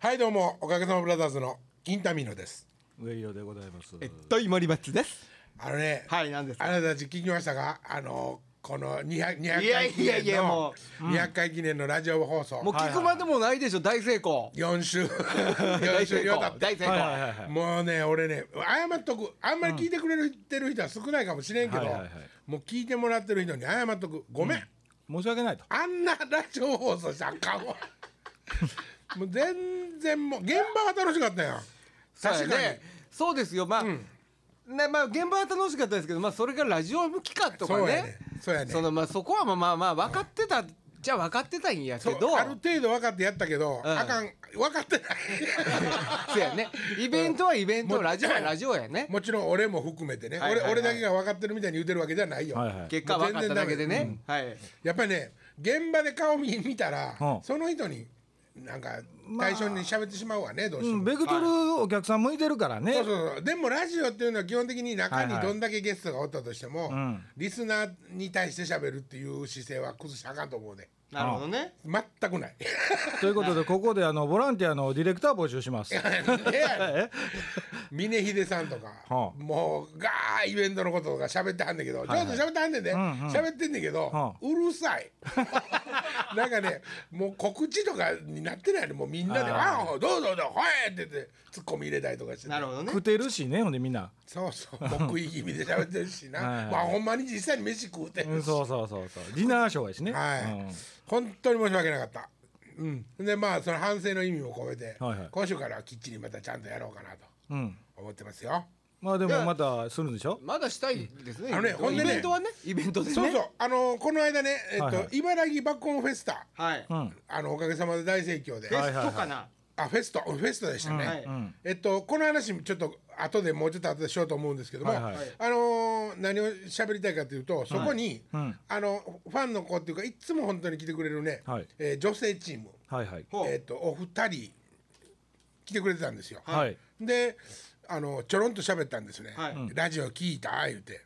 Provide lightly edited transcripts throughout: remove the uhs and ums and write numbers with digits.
はいどうもおかげさまブラザーズの金田美濃です。 上井でございます。 森松です。 はい、 何ですか。 あなたたち聞きましたか？この200回記いや念のも 200回記念のラジオ放送、 もう聞くまでもないでしょ。大成功。 4週大成功。大成功。 もうね俺ね謝っとく。あんまり聞いてくれてる人は少ないかもしれんけど、もう聞いてもらってる人に謝っとく。ごめん、 申し訳ないと。 あんなラジオ放送したらあかんわもう全然もう現場は楽しかったよ。確かにそうですよ。まあ、現場は楽しかったですけど、それがラジオ向きかとかね。 そうやね。 そこはまあ分かってたじゃ分かってたんやけど、 ある程度分かってやったけど、あかん分かってないそうやね。イベントはイベント、ラジオはラジオやね。 もちろん俺も含めてね、俺だけが分かってるみたいに言ってるわけじゃないよ。 結果分かっただけでね。 やっぱりね現場で顔見たら、その人になんか対象に喋ってしまうわね、どうしても。 ベクトルお客さん向いてるからね。 そうでもラジオっていうのは基本的に中にどんだけゲストがおったとしても、リスナーに対して喋るっていう姿勢は崩しちゃあかんと思うね。 なるほどね。 全くないということでここでボランティアのディレクター募集します。 峰秀さんとか、もうガーイベントのこととか喋ってはんねんけど、上手に喋ってはんねんで、喋ってんねんけど、うるさいなんかねもう告知とかになってないの。もうみんなで「ああどうぞどうぞはい」って言ってツッコミ入れたりとかして。 なるほどね。 食ってるしね、ほんでみんな。 そう僕いい気味で喋ってるしな。ほんまに実際に飯食うてるし。 そうディナーショーやしね。 本当に申し訳なかった。でその反省の意味も込めて、今週からはきっちりまたちゃんとやろうかなと思ってますよ。 でもまたするんでしょ。 まだしたいですね。 ほんでね、 イベントはね、イベントですね。 この間ね茨城バッコンフェスタ、おかげさまで大盛況で。 フェストかな。 フェストでしたね。この話ちょっと後でもうちょっと後でしようと思うんですけども、何を喋りたいかというと、そこにファンの子っていうかいつも本当に来てくれるね、女性チームお二人来てくれてたんですよ。でちょろんと喋ったんですね。ラジオ聞いた言うて、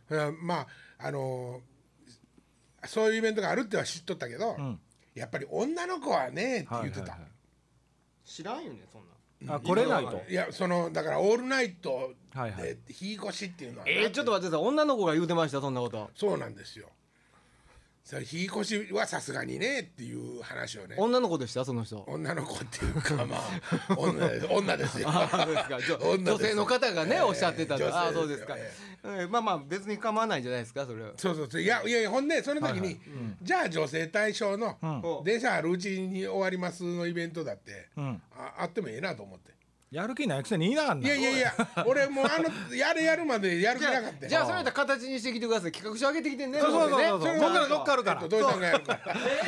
そういうイベントがあるっては知っとったけど、やっぱり女の子はねって言ってた。 知らんよねそんな。 来れないと。 いやだからオールナイトで日越しっていうのは、 ちょっと待ってください。女の子が言うてましたそんなこと。 そうなんですよ。日越しはさすがにねっていう話をね。 女の子でしたその人。 女の子っていうか女ですよ。 女性の方がねおっしゃってた。そうですか。別に構わないんじゃないですかそれは。 そういやほんでその時にじゃあ女性対象の電車あるうちに終わりますのイベントだってあってもええなと思って。 やる気ないくせに言いながんな。 いや俺もうやるまでやる気なかった。 じゃあそれやったら形にしてきてください。企画書上げてきてね。 そう僕らどっかあるから。 土井さんがやるから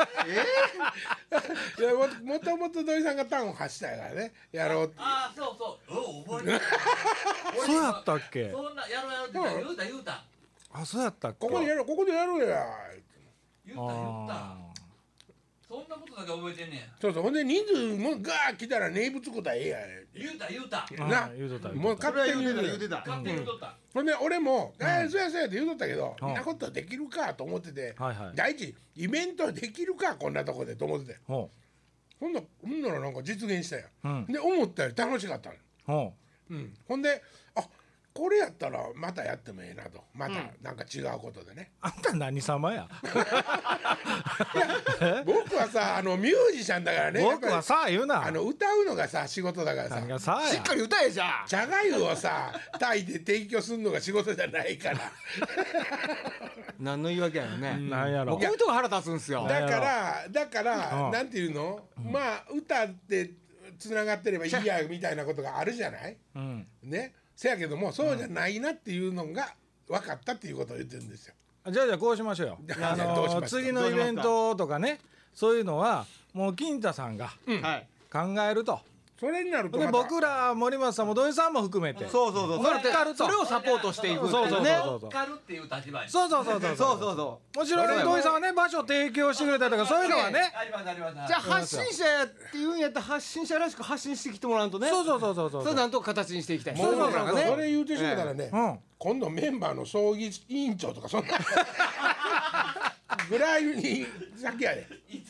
もともと土井さんがターンを発したからねやろうって。 そう覚えてるそうやったっけ。 そんなやろうって言うた。 そうやったっけ。 ここでやろうや言ったそんなことだけ覚えてんねん。 そうほんで人数もガー来たら名物答え言うたな。もう勝手に言うてた。ほんで俺もそうやって言うとったけど、そんなことできるかと思ってて、第一イベントできるかこんなとこでと思ってて、ほんならなんか実現したよ。で思ったより楽しかったの。ほんでこれやったらまたやってもええなと。またなんか違うことでね。 あんた何様や。 僕はさミュージシャンだからね。 僕はさ言うな。 歌うのがさ仕事だからさ。 しっかり歌えじゃあ。 茶がゆをさ炊いて提供するのが仕事じゃないから。 何の言い訳やろね。 なんやろ。 こういうとこ腹立つんすよ。 だからなんていうの、歌ってつながってればいいやみたいなことがあるじゃない。ね。せやけどもそうじゃないなっていうのが分かったっていうことを言ってるんですよ。 じゃあこうしましょうよ。次のイベントとかね、そういうのはもう金太さんが考えると。 それになるとで僕ら森松さんも土井さんも含めてそう乗っかると。 それをサポートしていく。 そう乗っかるっていう立場に。 そうもちろん土井さんはね場所提供してくれたりとかそういうのはね。 あります。 じゃあ発信者っていうんやったら発信者らしく発信してきてもらうとね。 そうそれなんとか形にしていきたい。 それ言うてしまったらね、今度メンバーの葬儀委員長とかそんなぐらいに先やで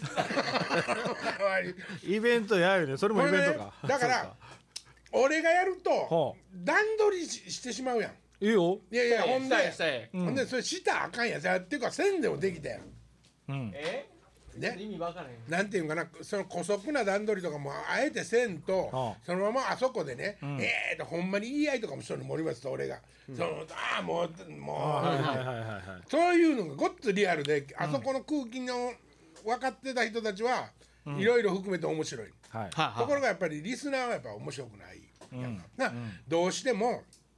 イベントやるね。それもイベントか。 だから俺がやると段取りしてしまうやん。 いいよ。 いやいやほんでほんでそれしたらあかんやん。っていうかせんでもできたやん。 ね、意味分からへん。 なんていうんかな、その姑息な段取りとかもあえてせんと、そのままあそこでね、ほんまに言い合いとかもしとるの森松と俺が、もうそういうのがごっつリアルで、あそこの空気の分かってた人たちはいろいろ含めて面白い、ところがやっぱりリスナーはやっぱ面白くない、どうしても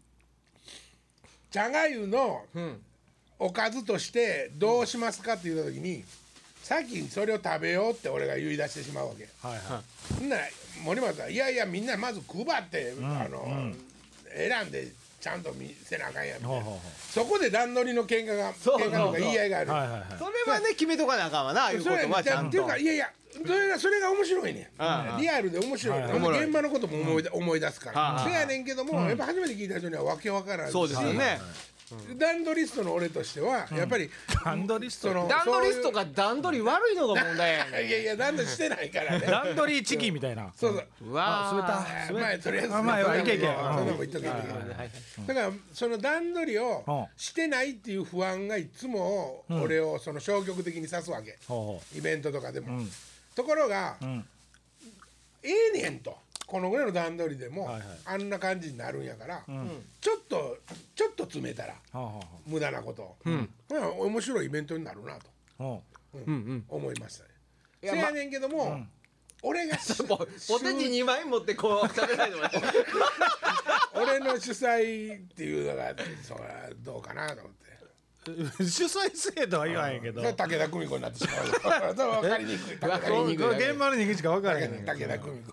茶がゆのおかずとしてどうしますかって言った時に、さっきそれを食べようって俺が言い出してしまうわけ。ほんなら森松は「いやいやみんなまず配って、選んでちゃんと見せなあかんや」みたいな、そこで段取りの喧嘩とか言い合いがある。 それはね決めとかなあかんわな、いうことはちゃんと。っていうかいやいやそれが面白いねん。リアルで面白い。現場のことも思い出すから。せやねんけども、やっぱ初めて聞いた人にはわけわからんし。 そうですよね。 段取りストの俺としてはやっぱり段取りストが段取り悪いのが問題やねん。 いやいや段取りしてないからね。 段取りチキンみたいな。 そうそう。 うわー滑った。とりあえずいけいけ。 そんなも言っとけ。だからその段取りをしてないっていう不安がいつも俺をその消極的に指すわけ。イベントとかでも。ところがええねんと。このぐらいの段取りでもあんな感じになるんやから、ちょっと詰めたら無駄なことを、面白いイベントになるなと思いましたね。せやねんけども、俺がポテチ2枚持ってこう食べないでもらって俺の主催っていうのがそれはどうかなと思って。 主催制とは言わへんけど、 武田久美子になってしまう。分かりにくい。 現場の人間しか分からへんねん。 武田久美子。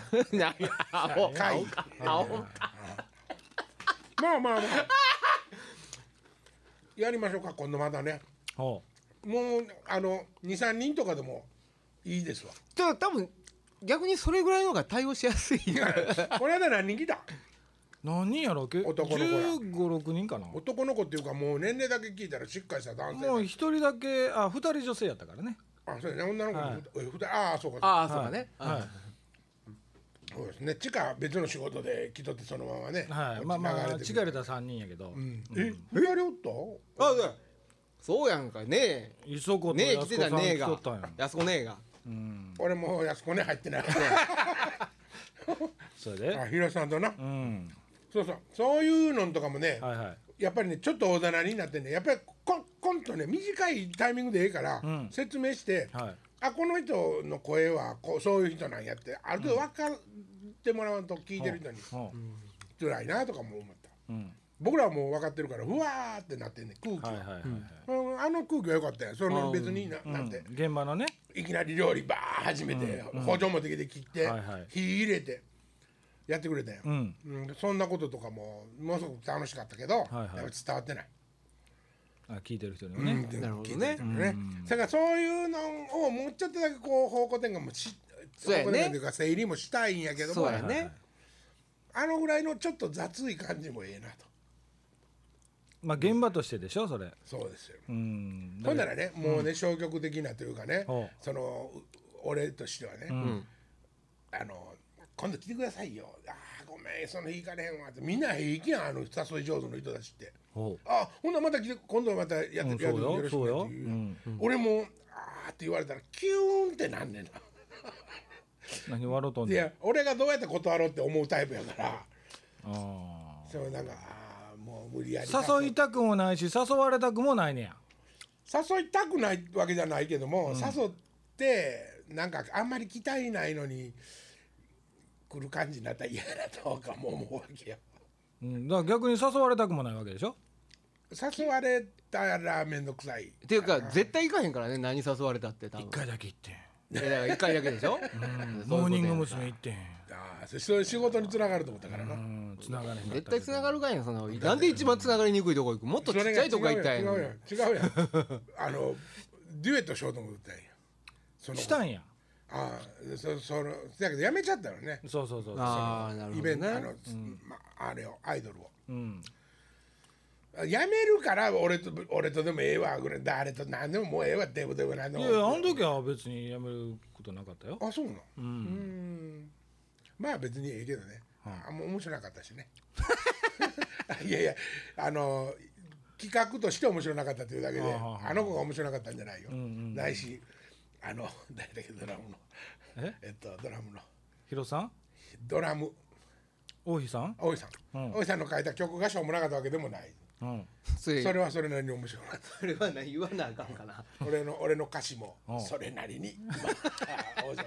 まあやりましょうか今度またね。もう2,3 人とかでもいいですわ。 多分逆にそれぐらいのが対応しやすい。 この間何人来た？ 何人やろうけ？ 男の子ら 15、6人かな。 男の子っていうかもう年齢だけ聞いたらしっかりした男性。 もう1人だけ2人女性やったからね。 そうやね。女の子2人。そうか。そうかね。 そうですね。地下別の仕事で来とってそのままね。 地下入れた3人やけど。 2人おった？ そうやんかね。 磯子とねえ来てたねえが。安子ねえが。 俺も安子ね入ってない。 それで？ 広さんとな。そういうのとかもね。やっぱりねちょっと大棚になってね、やっぱりコンとね短いタイミングでいいから説明して。この人の声はそういう人なんやってある程度分かってもらわんと聞いてる人に辛いなとかも思った。僕らはもう分かってるからふわーってなってんね空気は。あの空気は良かったよ。その別になんて現場のねいきなり料理バー始めて包丁持ってきて切って火入れてやってくれたよ。そんなこととかもものすごく楽しかったけどやっぱ伝わってない。 聞いてる人にもね。 なるほどね。 だからそういうのをもうちょっとだけこう方向転換もそうやね。 というか整理もしたいんやけども、 そうやね。 あのぐらいのちょっと雑い感じもええなと。 現場としてでしょそれ。 そうですよ。ほんならねもうね消極的なというかね、その俺としてはね、今度来てくださいよ。ごめんその日行かれへんわってみんな平気やん誘い上手の人たちって。ほんならまた来て今度またやってよろしくねっていう。俺もって言われたらキューンってなんねんな。 何笑うとんねん。 いや俺がどうやって断ろうって思うタイプやから。そうなんかもう無理やり誘いたくもないし誘われたくもないねや。 誘いたくないわけじゃないけども、誘ってなんかあんまり期待ないのに来る感じになったら嫌だとかも思うわけよ。 だから逆に誘われたくもないわけでしょ。 誘われたら面倒くさいっていうか絶対行かへんからね。何誘われたって多分 1回だけ行ってだから1回だけでしょ。 モーニング娘。行ってそういう仕事につながると思ったからな。 つながれへん。 絶対つながるかいな。なんで一番つながりにくいとこ行く。もっとちっちゃいとこ行きたいの。 違うやんデュエットしようと思ったんや。 したんや。 だけどやめちゃったのね。 そうなるほどね。 イベントあれをアイドルをやめるから俺とでもええわぐらい、誰と何でももうええわデブデブなんでも。 いやあの時は別にやめることなかったよ。 あ、そうなの。まあ別にええけどね、あんま面白なかったしねいやいや企画として面白なかったというだけで、あの子が面白なかったんじゃないよ、ないし、誰だっけ、ドラムのドラムのヒロさん、 ドラム大井さん、 大井さんの書いた曲がしょうもなかったわけでもない、それはそれなりに面白かった。 それは言わなあかんかな。 俺の歌詞もそれなりに面白かった。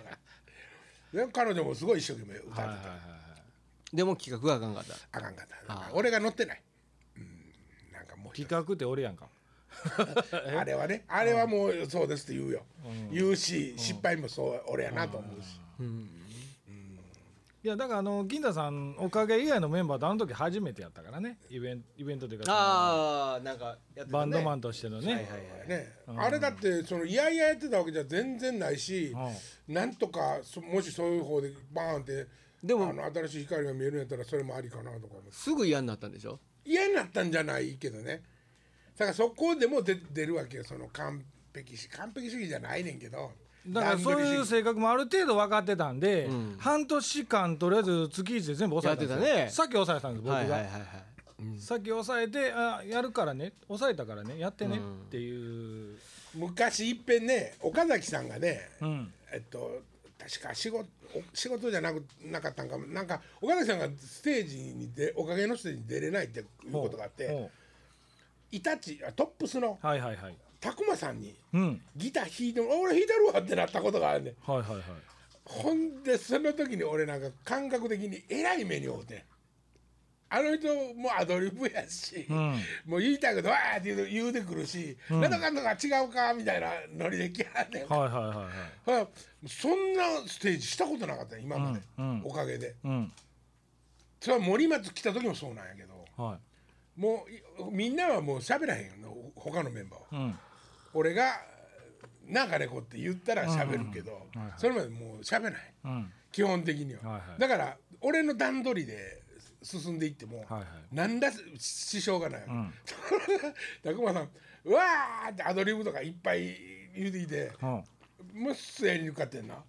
彼女もすごい一生懸命歌ってた。 でも企画があかんかった。 あかんかった。俺が乗ってない。なんかもう企画って俺やんかあれはね、あれはもうそうですって言うよ、言うし、失敗もそう俺やなと思うし。 いやだから銀田さんおかげ以外のメンバーであの時初めてやったからね、イベントというか、なんかやってたね、 バンドマンとしてのね。 あれだっていやいややってたわけじゃ全然ないし、なんとかもしそういう方でバーンってでも新しい光が見えるんやったらそれもありかなとか思って。 すぐ嫌になったんでしょ。 嫌になったんじゃないけどね。だからそこでも出るわけよ、その完璧主義じゃないねんけど。 だからそういう性格もある程度分かってたんで、半年間とりあえず月1で全部抑えたんですよ。ね、さっき抑えたんです僕が。さっき抑えてやるからね、抑えたからね、やってねっていう。 昔いっぺんね、岡崎さんがね、確か仕事じゃなかったんかも、なんか岡崎さんがステージにおかげのステージに出れないっていうことがあって、トップスのたくまさんにギター弾いても、俺弾いてるわってなったことがあるねん。ほんでその時に俺なんか感覚的にえらい目に遭うて、あの人もアドリブやし、もう言いたいことわーって言うてくるし、なんとかんとか違うかみたいなノリで来はんねん。そんなステージしたことなかった今まで、おかげで。それは森松来た時もそうなんやけど、もうみんなはもう喋らへんよ、他のメンバーは。俺がなんかねこって言ったら喋るけど、それまでもう喋らへん、基本的には。だから俺の段取りで進んでいっても何ら支障がない。たくまさんうわーってアドリブとかいっぱい言うてきて、もうすやりに向かってんな。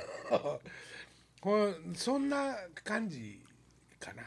そんな感じかな。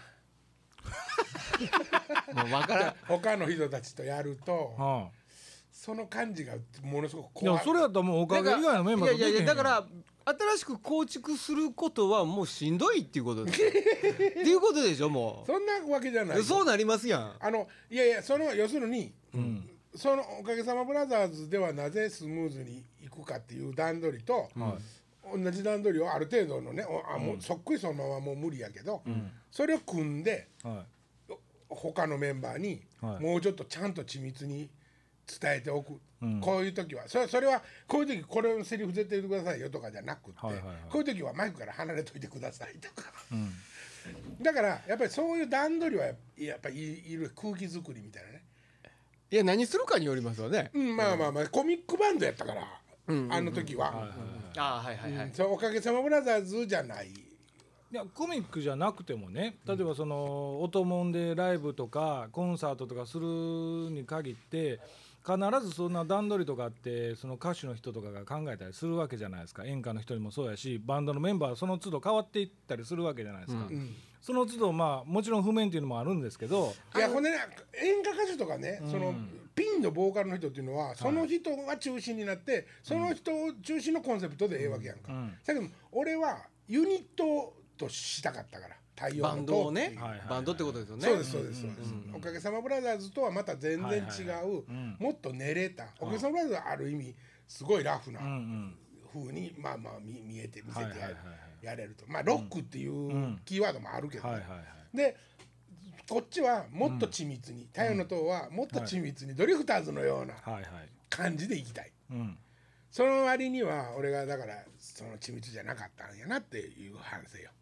もう分からん。他の人たちとやると、その感じがものすごく怖い。 いやそれやったらもうおかげ以外のメンバーとできへん。 いやだから新しく構築することはもうしんどいっていうことっていうことでしょ。もうそんなわけじゃない。 そうなりますやん。 いや要するに、そのおかげさまブラザーズではなぜスムーズにいくかっていう段取りと、同じ段取りをある程度のね、もうそっくりそのままもう無理やけど、それを組んで、他のメンバーにもうちょっとちゃんと緻密に伝えておく、こういう時はそれはこういう時これのセリフ絶対言ってくださいよとかじゃなくって、こういう時はマイクから離れといてくださいとか、だからやっぱりそういう段取りはやっぱりいる空気作りみたいなね。 いや何するかによりますよね。 まあコミックバンドやったから、あの時はおかげさまブラザーズじゃない。 いやコミックじゃなくてもね、例えばその音もんでライブとかコンサートとかするに限って必ずそんな段取りとかってその歌手の人とかが考えたりするわけじゃないですか。演歌の人にもそうやし、バンドのメンバーはその都度変わっていったりするわけじゃないですか。その都度もちろん譜面っていうのもあるんですけど、 いやほんでね、演歌歌手とかね、そのピンのボーカルの人っていうのはその人が中心になって、その人を中心のコンセプトでええわけやんか。だけど俺はユニットとしたかったから、太陽の塔バンドをね、バンドってことですよね。 そうですおかげさまブラザーズとはまた全然違う、もっと練れた、おかげさまブラザーズはある意味すごいラフな風に見えて見せてやれると、ロックっていうキーワードもあるけど、でこっちはもっと緻密に、太陽の塔はもっと緻密にドリフターズのような感じでいきたい。その割には俺がだからその緻密じゃなかったんやなっていう反省よ。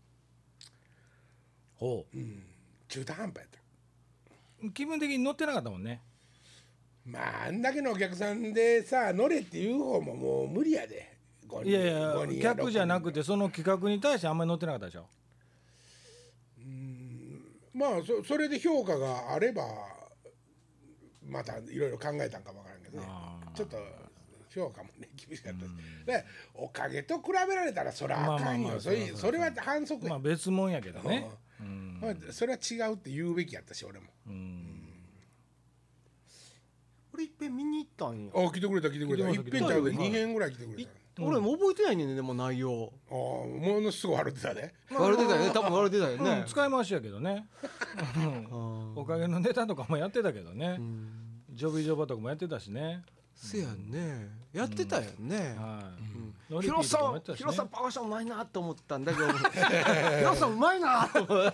中途半端やった。 気分的に乗ってなかったもんね。 あんだけのお客さんでさ乗れっていう方ももう無理やで。 いや客じゃなくてその企画に対してあんまり乗ってなかったでしょ。 それで評価があればまたいろいろ考えたんかもわからんけどね、ちょっと評価もね厳しかったです、でおかげと比べられたらそれはあかんよ、それは反則や、 まあ別物やけどね、 それは違うって言うべきやったし俺も、 俺いっぺん見に行ったんや。 来てくれたいっぺんちゃうで2遍ぐらい来てくれた、 俺も覚えてないねんね、でも内容。 ものすごい笑ってたで、 笑ってたよね、多分笑ってたよね。 使い回しやけどねおかげのネタとかもやってたけどね、ジョビジョバとかもやってたしね。 せやんね、やってたやんね。 ヒロさんパワーションうまいなと思ったんだけどヒロさんうまいなと思って、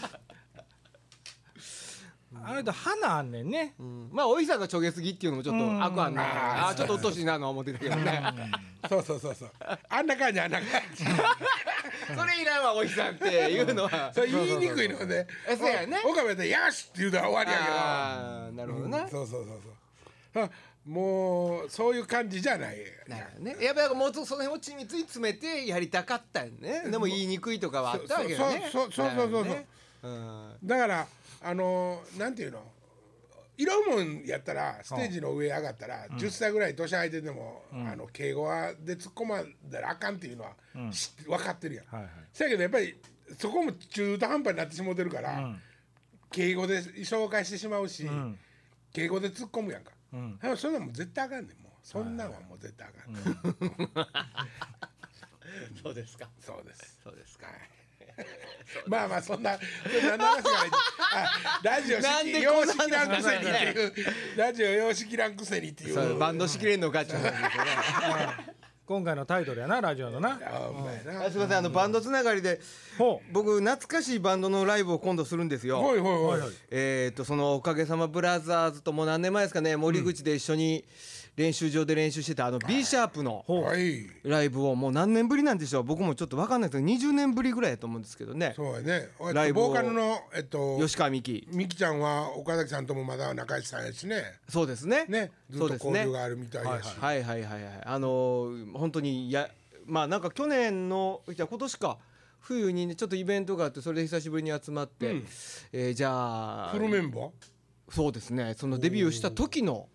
あれと花あんねんね、 まあおいさがちょげすぎっていうのもちょっとあくあんな、ちょっとうっとうしいなのは思ってたけどね。 そうあんな感じそれいらんわおいさんっていうのはそれ言いにくいので、 そうやね、 岡部やったらよしって言うたら終わりやけど、 なるほどな、 そうもうそういう感じじゃないね。やっぱりもうその辺を緻密に詰めてやりたかったよね。でも言いにくいとかはあったわけよね。 そうだからなんていうの、色もんやったらステージの上上がったら10歳ぐらい年空いてても敬語で突っ込まだらあかんっていうのは分かってるやん。せやけどやっぱりそこも中途半端になってしもうてるから敬語で紹介してしまうし敬語で突っ込むやんか。そんなんもう絶対あかんねん、もうそんなんはもう絶対あかん。 そうですか。 そうです。 か。 まあそんな何の話からラジオ様式らんくせにっていうラジオ様式らんくせにっていうバンド仕切れんのかっていう話ですよね。 今回のタイトルやな、ラジオのな。 すみません、バンドつながりで僕懐かしいバンドのライブを今度するんですよ。そのおかげさまブラザーズとも何年前ですかね、森口で一緒に練習場で練習してたB シャープのライブをもう何年ぶりなんでしょう、僕もちょっと分かんないですけど20年ぶりぐらいやと思うんですけどね。 そうやね。 ライブをボーカルの吉川美希ちゃんは岡崎さんともまだ仲良しさんやしね。 そうですね。 ずっと交流があるみたいだし。 本当にまあなんか去年の今年か冬にねちょっとイベントがあって、それで久しぶりに集まって、じゃあフルメンバー。 そうですね、そのデビューした時の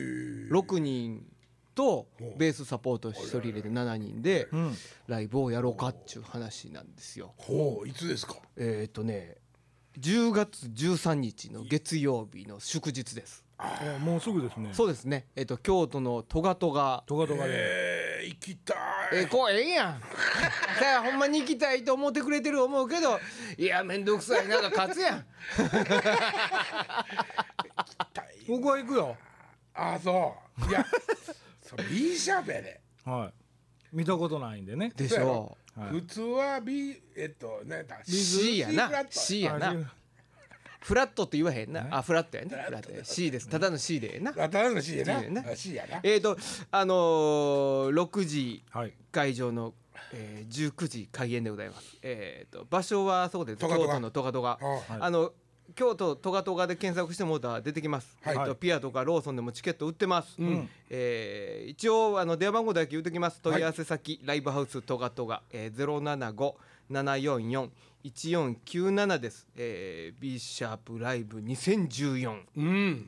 6人とベースサポート1人入れて7人でライブをやろうかっちゅう話なんですよ。 いつですか。 10月13日の月曜日の祝日です。 もうすぐですね。 そうですね。京都のトガトガで行きたい。 ええやん。さあほんまに行きたいと思ってくれてる思うけど、いやめんどくさいなんか勝つやん。 僕は行くよ。 そういやそれ B シャープやで。 見たことないんでね。 でしょう。普通は B ね C やな。C やな。フラットって言わへんな。フラットやね。フラット C です。ただの C でな。 ただの C やな。C やな。 6時会場の19時開演でございます。場所はそうです。京都のトガトガ。京都トガトガで検索してもらったら出てきます。ピアとかローソンでもチケット売ってます。一応電話番号だけ言うときます。問い合わせ先ライブハウストガトガ075-744-1497です。B シャープライブ2014。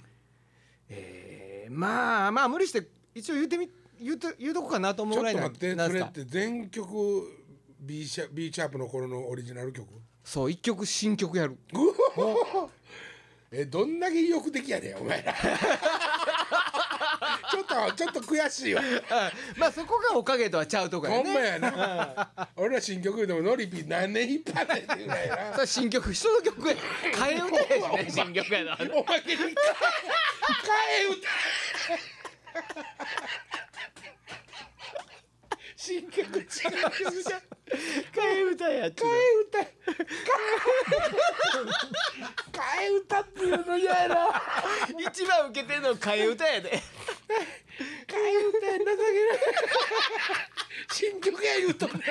まあ無理して一応言うとこかなと思うぐらいなんですか。 ちょっと待って、それって全曲 B シャープの頃のオリジナル曲。 そう、1曲新曲やる。 どんだけ意欲的やねんお前ら。ちょっと悔しいわ。 まあそこがおかげとはちゃうとこやね。 ほんまやな。俺ら新曲でもノリピー何年引っ張られてるぐらいな。 それ新曲人の曲や。替え歌やしね、新曲やな。 おまけに替え歌。新曲違う曲じゃん。替え歌やっちゅう。 替え歌っていうの嫌やな。 一番受けてんの替え歌やで。 替え歌や情けない。新曲や言うとね。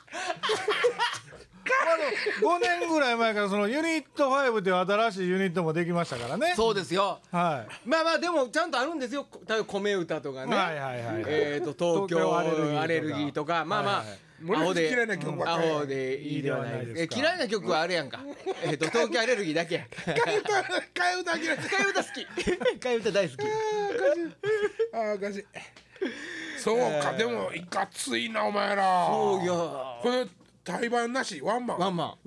5年ぐらい前からそのユニット5っていう新しいユニットもできましたからね。 そうですよ。 まあでもちゃんとあるんですよ。米歌とかね。東京アレルギーとかまあアホで嫌いな曲ばっかり。 アホでいいではないですか。嫌いな曲はあれやんか。東京アレルギーだけや。 替え歌嫌い。 替え歌好き。替え歌大好き。 おかしい。そうか、でもいかついなお前ら。 そうや。 これ対バンなしワンマン。 ワンマン。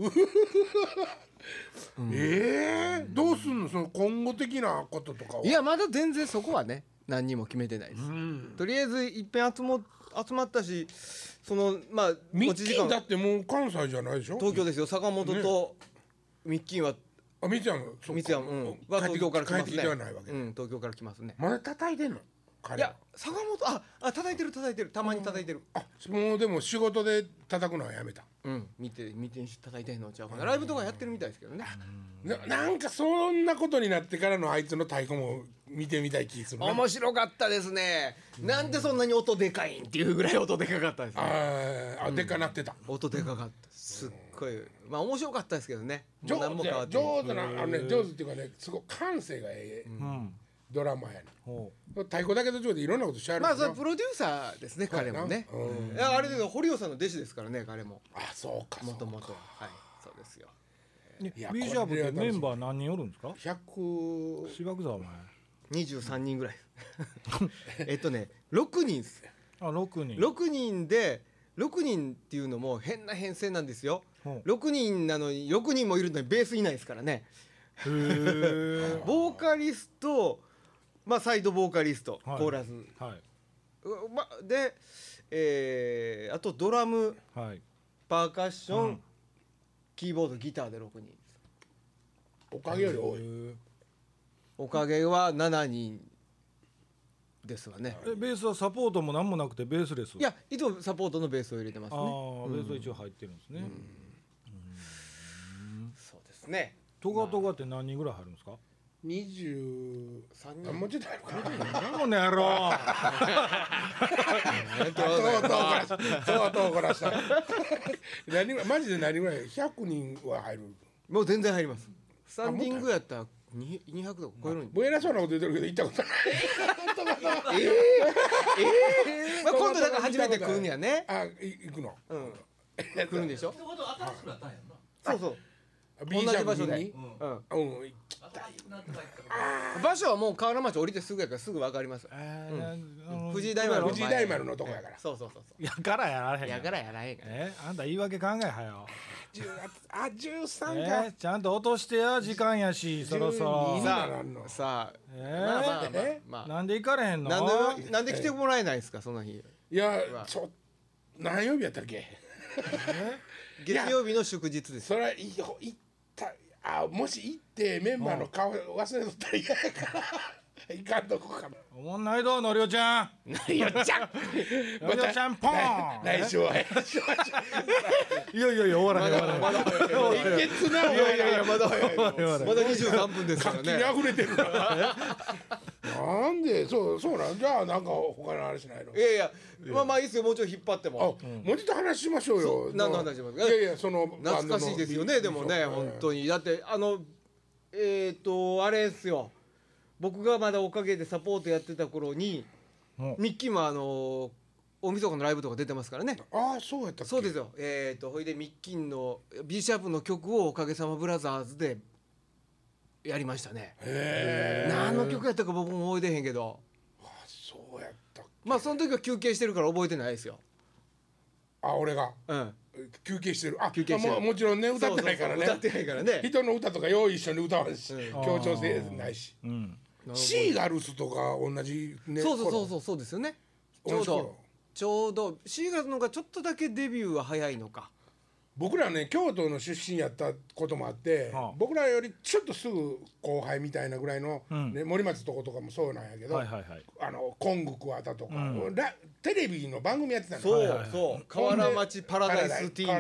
どうすんの、その今後的なこととかは。 いや、まだ全然そこはね、何にも決めてないです。とりあえずいっぺん集まったし、そのまあミッキーだってもう関西じゃないでしょ。 東京ですよ。坂本とミッキーは。 あ、みつやん、 みつやんは東京から来ますね。 帰ってきてはないわけ。 東京から来ますね。 まだ叩いてんの。 いや、坂本叩いてるたまに叩いてる。 もうでも仕事で叩くのはやめた。 見て叩いてんのちゃうかな。ライブとかやってるみたいですけどね。 なんかそんなことになってからのあいつの太鼓も見てみたい気するな。 面白かったですね。なんでそんなに音でかいんっていうぐらい音でかかったですね。 でかなってた。 音でかかった。すっごいまあ面白かったですけどね。 上手な上手っていうかね、すごい感性がええドラマやね。太鼓だけと違っていろんなことしゃる。 まあそれプロデューサーですね、彼もね。あれで堀尾さんの弟子ですからね、彼も。 あ、そうか。 もともと。はい、そうですよ。 ビーシャープってメンバー何人おるんですか ？100。 芝生お前 23人ぐらい。6人です。6人で、6人っていうのも変な編成なんですよ。6人なのに6人もいるのにベースいないですからね。ボーカリスト、まあサイドボーカリスト、コーラスで、あとドラム、パーカッション、キーボード、ギターで6人です。 おかげより多い。 おかげは7人ですわね。 ベースはサポートも何もなくてベースレス。 いや、いつもサポートのベースを入れてますね。 ベースは一応入ってるんですね。 そうですね。 トガトガって何人ぐらい入るんですか ？23人。もうちょっと入るかな。 何もねやろ。 とうこらした。マジで何ぐらい？100人は入る。 もう全然入ります。スタンディングやったら200とか超えるんで。偉そうなこと言ってるけど行ったことない。 まあ今度だから初めて来るんやね。 行くの。 来るんでしょ。 ってことは新しくなったんやんな。 そうそう。 同じ場所で。場所はもう河原町降りてすぐやからすぐ分かります。藤井大丸のとこやから。 そう。 やからやらへん。 やからやらへんから。 あんた言い訳考えはよ。 13か。 ちゃんと落としてや、時間やし、そろそろ。 さあ、なんで行かれへんの？ なんで来てもらえないですか、その日。 いや、何曜日やったっけ？ 月曜日の祝日です。 それ行ったもし行ってメンバーの顔忘れとったら嫌やから行かんとこかな。 おもんないど、のりおちゃん。 のりおちゃんポン。 来週は。 いや終わらへん。 まだ 23分ですからね。 活気に溢れてるから。なんでそうなんじゃあ、なんか他の話ないの？ いやまあいいですよ、もうちょい引っ張っても。 もうちょっと話しましょうよ。 何の話しますか？ いやその懐かしいですよね。でもね、本当にだってあれですよ。僕がまだおかげでサポートやってた頃にミッキーも大晦日のライブとか出てますからね。 そうやったっけ？ そうですよ。ほいでミッキーの B シャープの曲をおかげさまブラザーズでやりましたね。何の曲やったか僕も覚えてへんけど。 そうやったっけ？ まあその時は休憩してるから覚えてないですよ。 俺が休憩してる。 休憩してる。 もちろんね、歌ってないからね。 歌ってないからね。 人の歌とかよう一緒に歌わんし、協調性ないし。シーガルスとか同じね。 そうですよね。ちょうどシーガルスの方がちょっとだけデビューは早いのか。 僕らね、京都の出身やったこともあって、僕らよりちょっとすぐ後輩みたいなぐらいの森松とことかもそうなんやけど、コング桑田とかテレビの番組やってたの。 そう河原町パラダイス TV。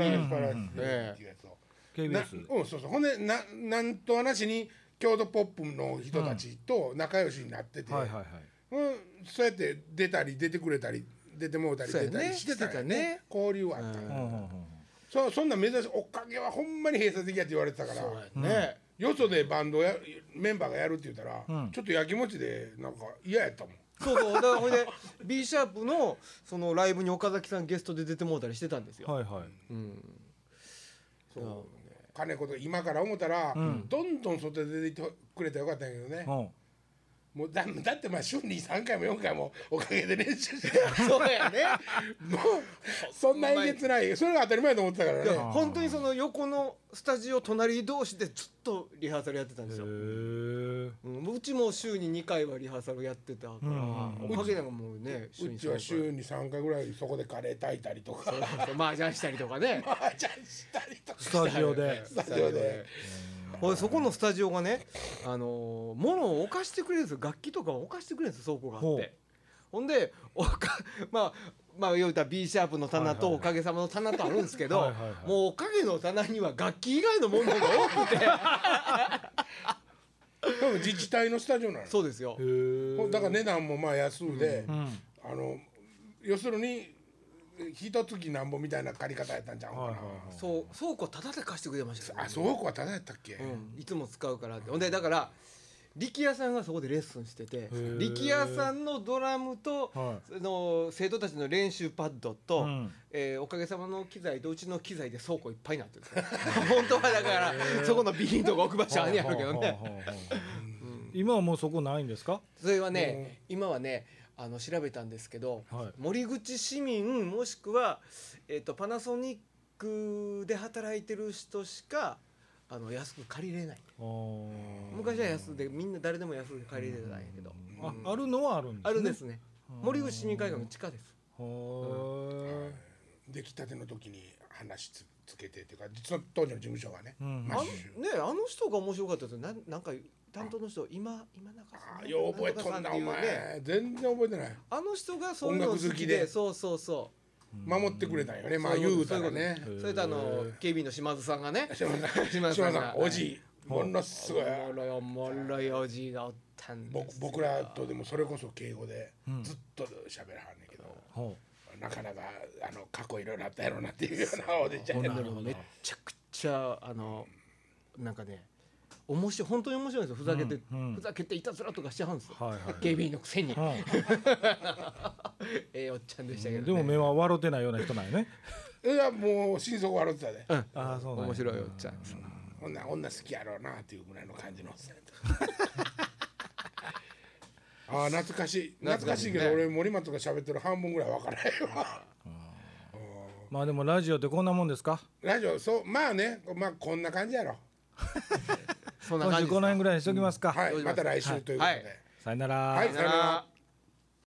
そうほんでなんとはなしに京都ポップの人たちと仲良しになってて、そうやって出たり出てくれたり出てもうたり出たりしてたよね。交流はあったの。そんな目指しおかげはほんまに閉鎖的やって言われてたから、よそでバンドメンバーがやるって言ったら、ちょっとやきもちでなんか嫌やったもん。 そうだからこれで B シャープのそのライブに岡崎さんゲストで出てもらったりしてたんですよ。 はいはい。 そう金子と今から思ったら、どんどん外で出てくれたらよかったんやけどね。もうだってまあ週に3回も4回もおかげで練習してそうやねもうそんなえげつないそれが当たり前と思ってたからね。 本当にその横のスタジオ隣同士でずっとリハーサルやってたんですよ。うちも週に2回はリハーサルやってたから、おかげでもうねうちは週に3回ぐらいそこでカレー炊いたりとか麻雀したりとかね麻雀したりとかスタジオでそこのスタジオがね、物を置かしてくれるんですよ。楽器とかを置かしてくれるんですよ、倉庫があって。ほんでまあ言うたら B シャープの棚とおかげさまの棚とあるんですけど、もうおかげの棚には楽器以外のものが多くて多分自治体のスタジオなの。 そうですよ。 だから値段もまあ安いで、要するに一月なんぼみたいな借り方やったんちゃうかな。 そう倉庫タダで貸してくれましたよ。 倉庫はタダやったっけ。 いつも使うからって。ほんでだから力也さんがそこでレッスンしてて、力也さんのドラムと、生徒たちの練習パッドと、おかげさまの機材とうちの機材で倉庫いっぱいになってるんですよ本当はだからそこのビーンとか置く場所あるんやろうけどね今はもうそこないんですか。 それはね、今はね調べたんですけど、森口市民もしくは、パナソニックで働いてる人しか安く借りれない。昔は安でみんな誰でも安く借りれたんやけど、 あるのはあるんですね。 あるんですね。森口市民会館の地下です。 出来たての時に話つけてっていうか、実は当時の事務所がね、あの人が面白かったですよ。なんか担当の人今中さん、よう覚えとんなお前。全然覚えてない。 あの人がそういうの好きで、そう守ってくれたよね。まあ言うたらね。 それと警備の島津さんがね、 島津さんおじいものすごいおもろいおじいがおったんです。 僕らとでもそれこそ敬語でずっと喋らはんねんけど、なかなか過去いろいろあったやろうなっていうようなおじいちゃんや。 めちゃくちゃなんかね本当に面白いんですよ。ふざけていたずらとかしちゃうんですよ、警備員のくせにおっちゃんでしたけど、 でも目は笑ってないような人なんよね。 いやもう心底笑ってたで。 面白いおっちゃん。 女好きやろうなっていうぐらいの感じのおっさんやった。懐かしいけど、俺森松が喋ってる半分ぐらい分からないわ。 まあでもラジオってこんなもんですか。 ラジオまあね、まあこんな感じやろ。 今週この辺ぐらいにしときますか。 また来週ということで、 さよなら。 はい、さよなら。